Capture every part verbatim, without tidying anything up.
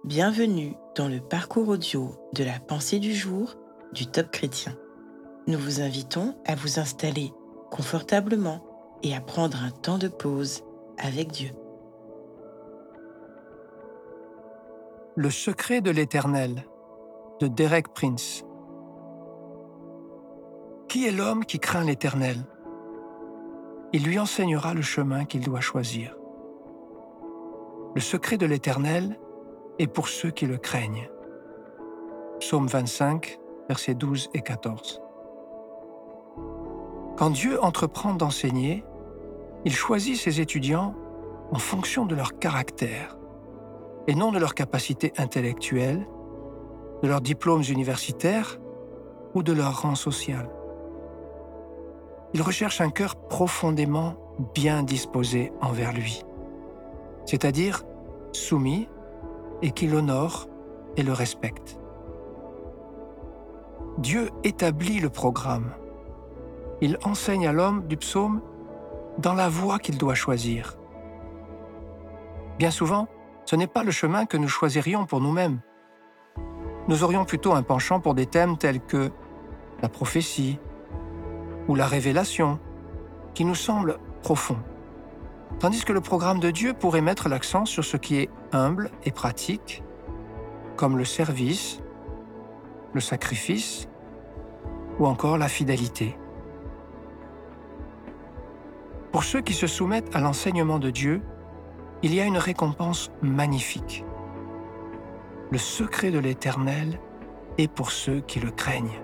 Bienvenue dans le parcours audio de la pensée du jour du Top Chrétien. Nous vous invitons à vous installer confortablement et à prendre un temps de pause avec Dieu. Le secret de l'Éternel de Derek Prince. Qui est l'homme qui craint l'Éternel? Il lui enseignera le chemin qu'il doit choisir. Le secret de l'Éternel est pour ceux qui le craignent. Psaume vingt-cinq, versets douze et quatorze. Quand Dieu entreprend d'enseigner, il choisit ses étudiants en fonction de leur caractère et non de leur capacité intellectuelle, de leurs diplômes universitaires ou de leur rang social. Il recherche un cœur profondément bien disposé envers lui, c'est-à-dire soumis et qui l'honore et le respecte. Dieu établit le programme. Il enseigne à l'homme du psaume dans la voie qu'il doit choisir. Bien souvent, ce n'est pas le chemin que nous choisirions pour nous-mêmes. Nous aurions plutôt un penchant pour des thèmes tels que la prophétie ou la révélation, qui nous semblent profonds. Tandis que le programme de Dieu pourrait mettre l'accent sur ce qui est humble et pratique, comme le service, le sacrifice ou encore la fidélité. Pour ceux qui se soumettent à l'enseignement de Dieu, il y a une récompense magnifique. Le secret de l'Éternel est pour ceux qui le craignent.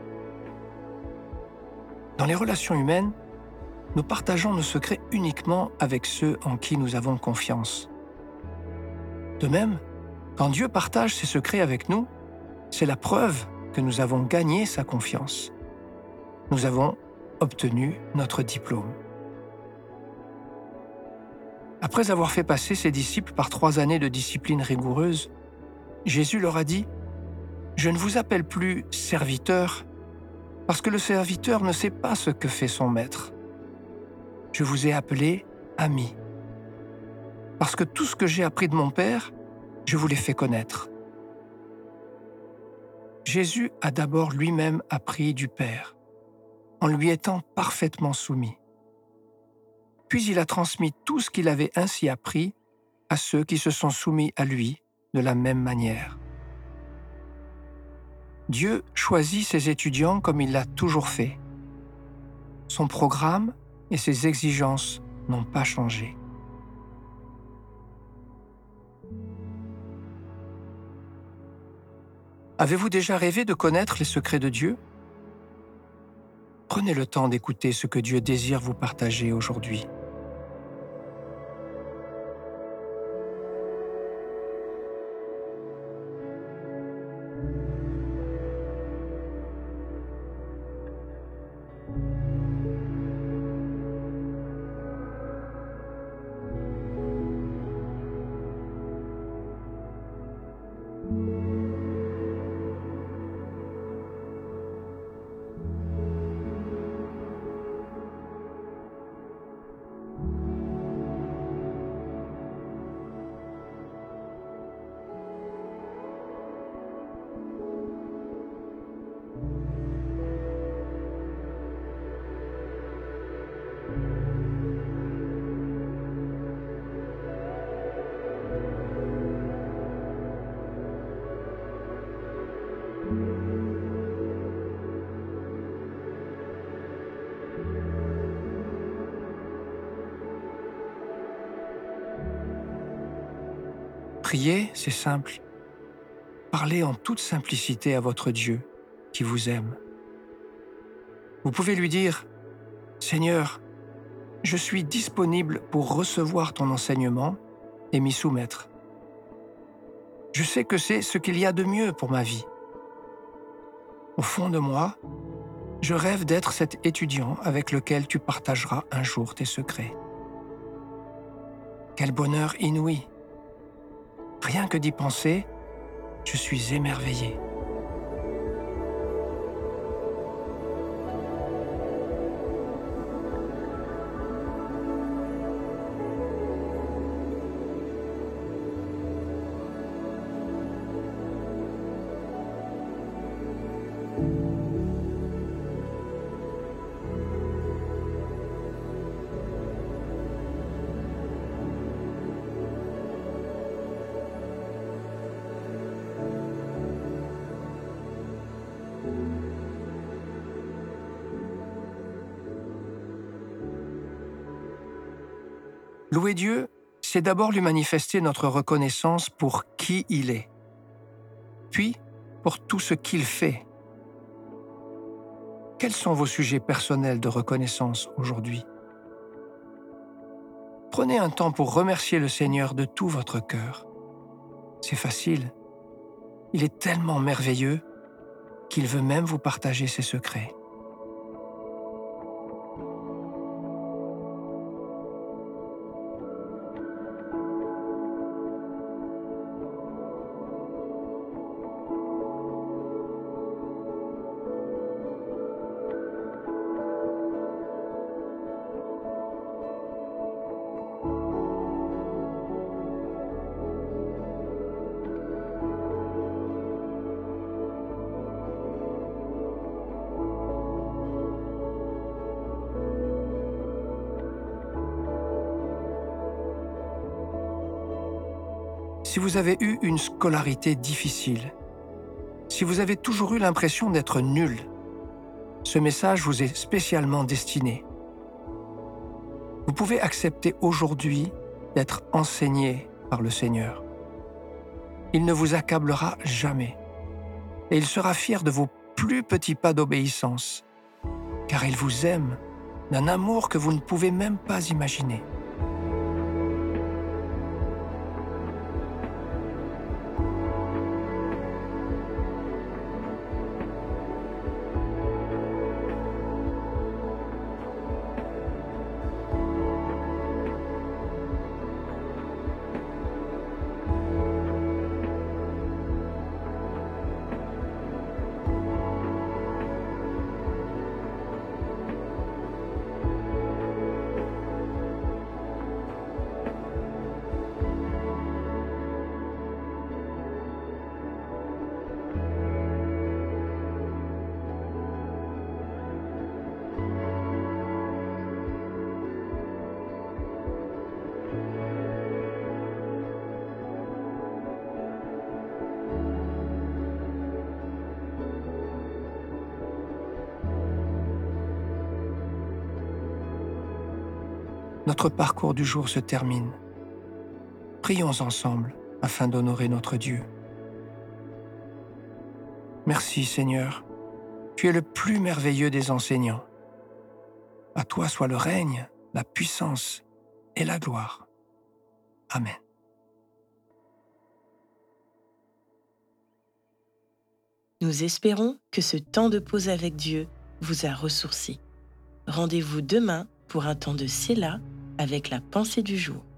Dans les relations humaines, nous partageons nos secrets uniquement avec ceux en qui nous avons confiance. De même, quand Dieu partage ses secrets avec nous, c'est la preuve que nous avons gagné sa confiance. Nous avons obtenu notre diplôme. Après avoir fait passer ses disciples par trois années de discipline rigoureuse, Jésus leur a dit « Je ne vous appelle plus serviteurs, parce que le serviteur ne sait pas ce que fait son maître. Je vous ai appelé amis, parce que tout ce que j'ai appris de mon Père, je vous l'ai fait connaître. » Jésus a d'abord lui-même appris du Père, en lui étant parfaitement soumis. Puis il a transmis tout ce qu'il avait ainsi appris à ceux qui se sont soumis à lui de la même manière. Dieu choisit ses étudiants comme il l'a toujours fait. Son programme et ses exigences n'ont pas changé. Avez-vous déjà rêvé de connaître les secrets de Dieu? Prenez le temps d'écouter ce que Dieu désire vous partager aujourd'hui. Prier, c'est simple. Parlez en toute simplicité à votre Dieu qui vous aime. Vous pouvez lui dire « Seigneur, je suis disponible pour recevoir ton enseignement et m'y soumettre. Je sais que c'est ce qu'il y a de mieux pour ma vie. Au fond de moi, je rêve d'être cet étudiant avec lequel tu partageras un jour tes secrets. Quel bonheur inouï! Rien que d'y penser, je suis émerveillé. » Louer Dieu, c'est d'abord lui manifester notre reconnaissance pour qui il est, puis pour tout ce qu'il fait. Quels sont vos sujets personnels de reconnaissance aujourd'hui? Prenez un temps pour remercier le Seigneur de tout votre cœur. C'est facile. Il est tellement merveilleux qu'il veut même vous partager ses secrets. Si vous avez eu une scolarité difficile, si vous avez toujours eu l'impression d'être nul, ce message vous est spécialement destiné. Vous pouvez accepter aujourd'hui d'être enseigné par le Seigneur. Il ne vous accablera jamais et il sera fier de vos plus petits pas d'obéissance, car il vous aime d'un amour que vous ne pouvez même pas imaginer. Notre parcours du jour se termine. Prions ensemble afin d'honorer notre Dieu. Merci Seigneur, tu es le plus merveilleux des enseignants. À toi soit le règne, la puissance et la gloire. Amen. Nous espérons que ce temps de pause avec Dieu vous a ressourci. Rendez-vous demain pour un temps de Séla avec la pensée du jour.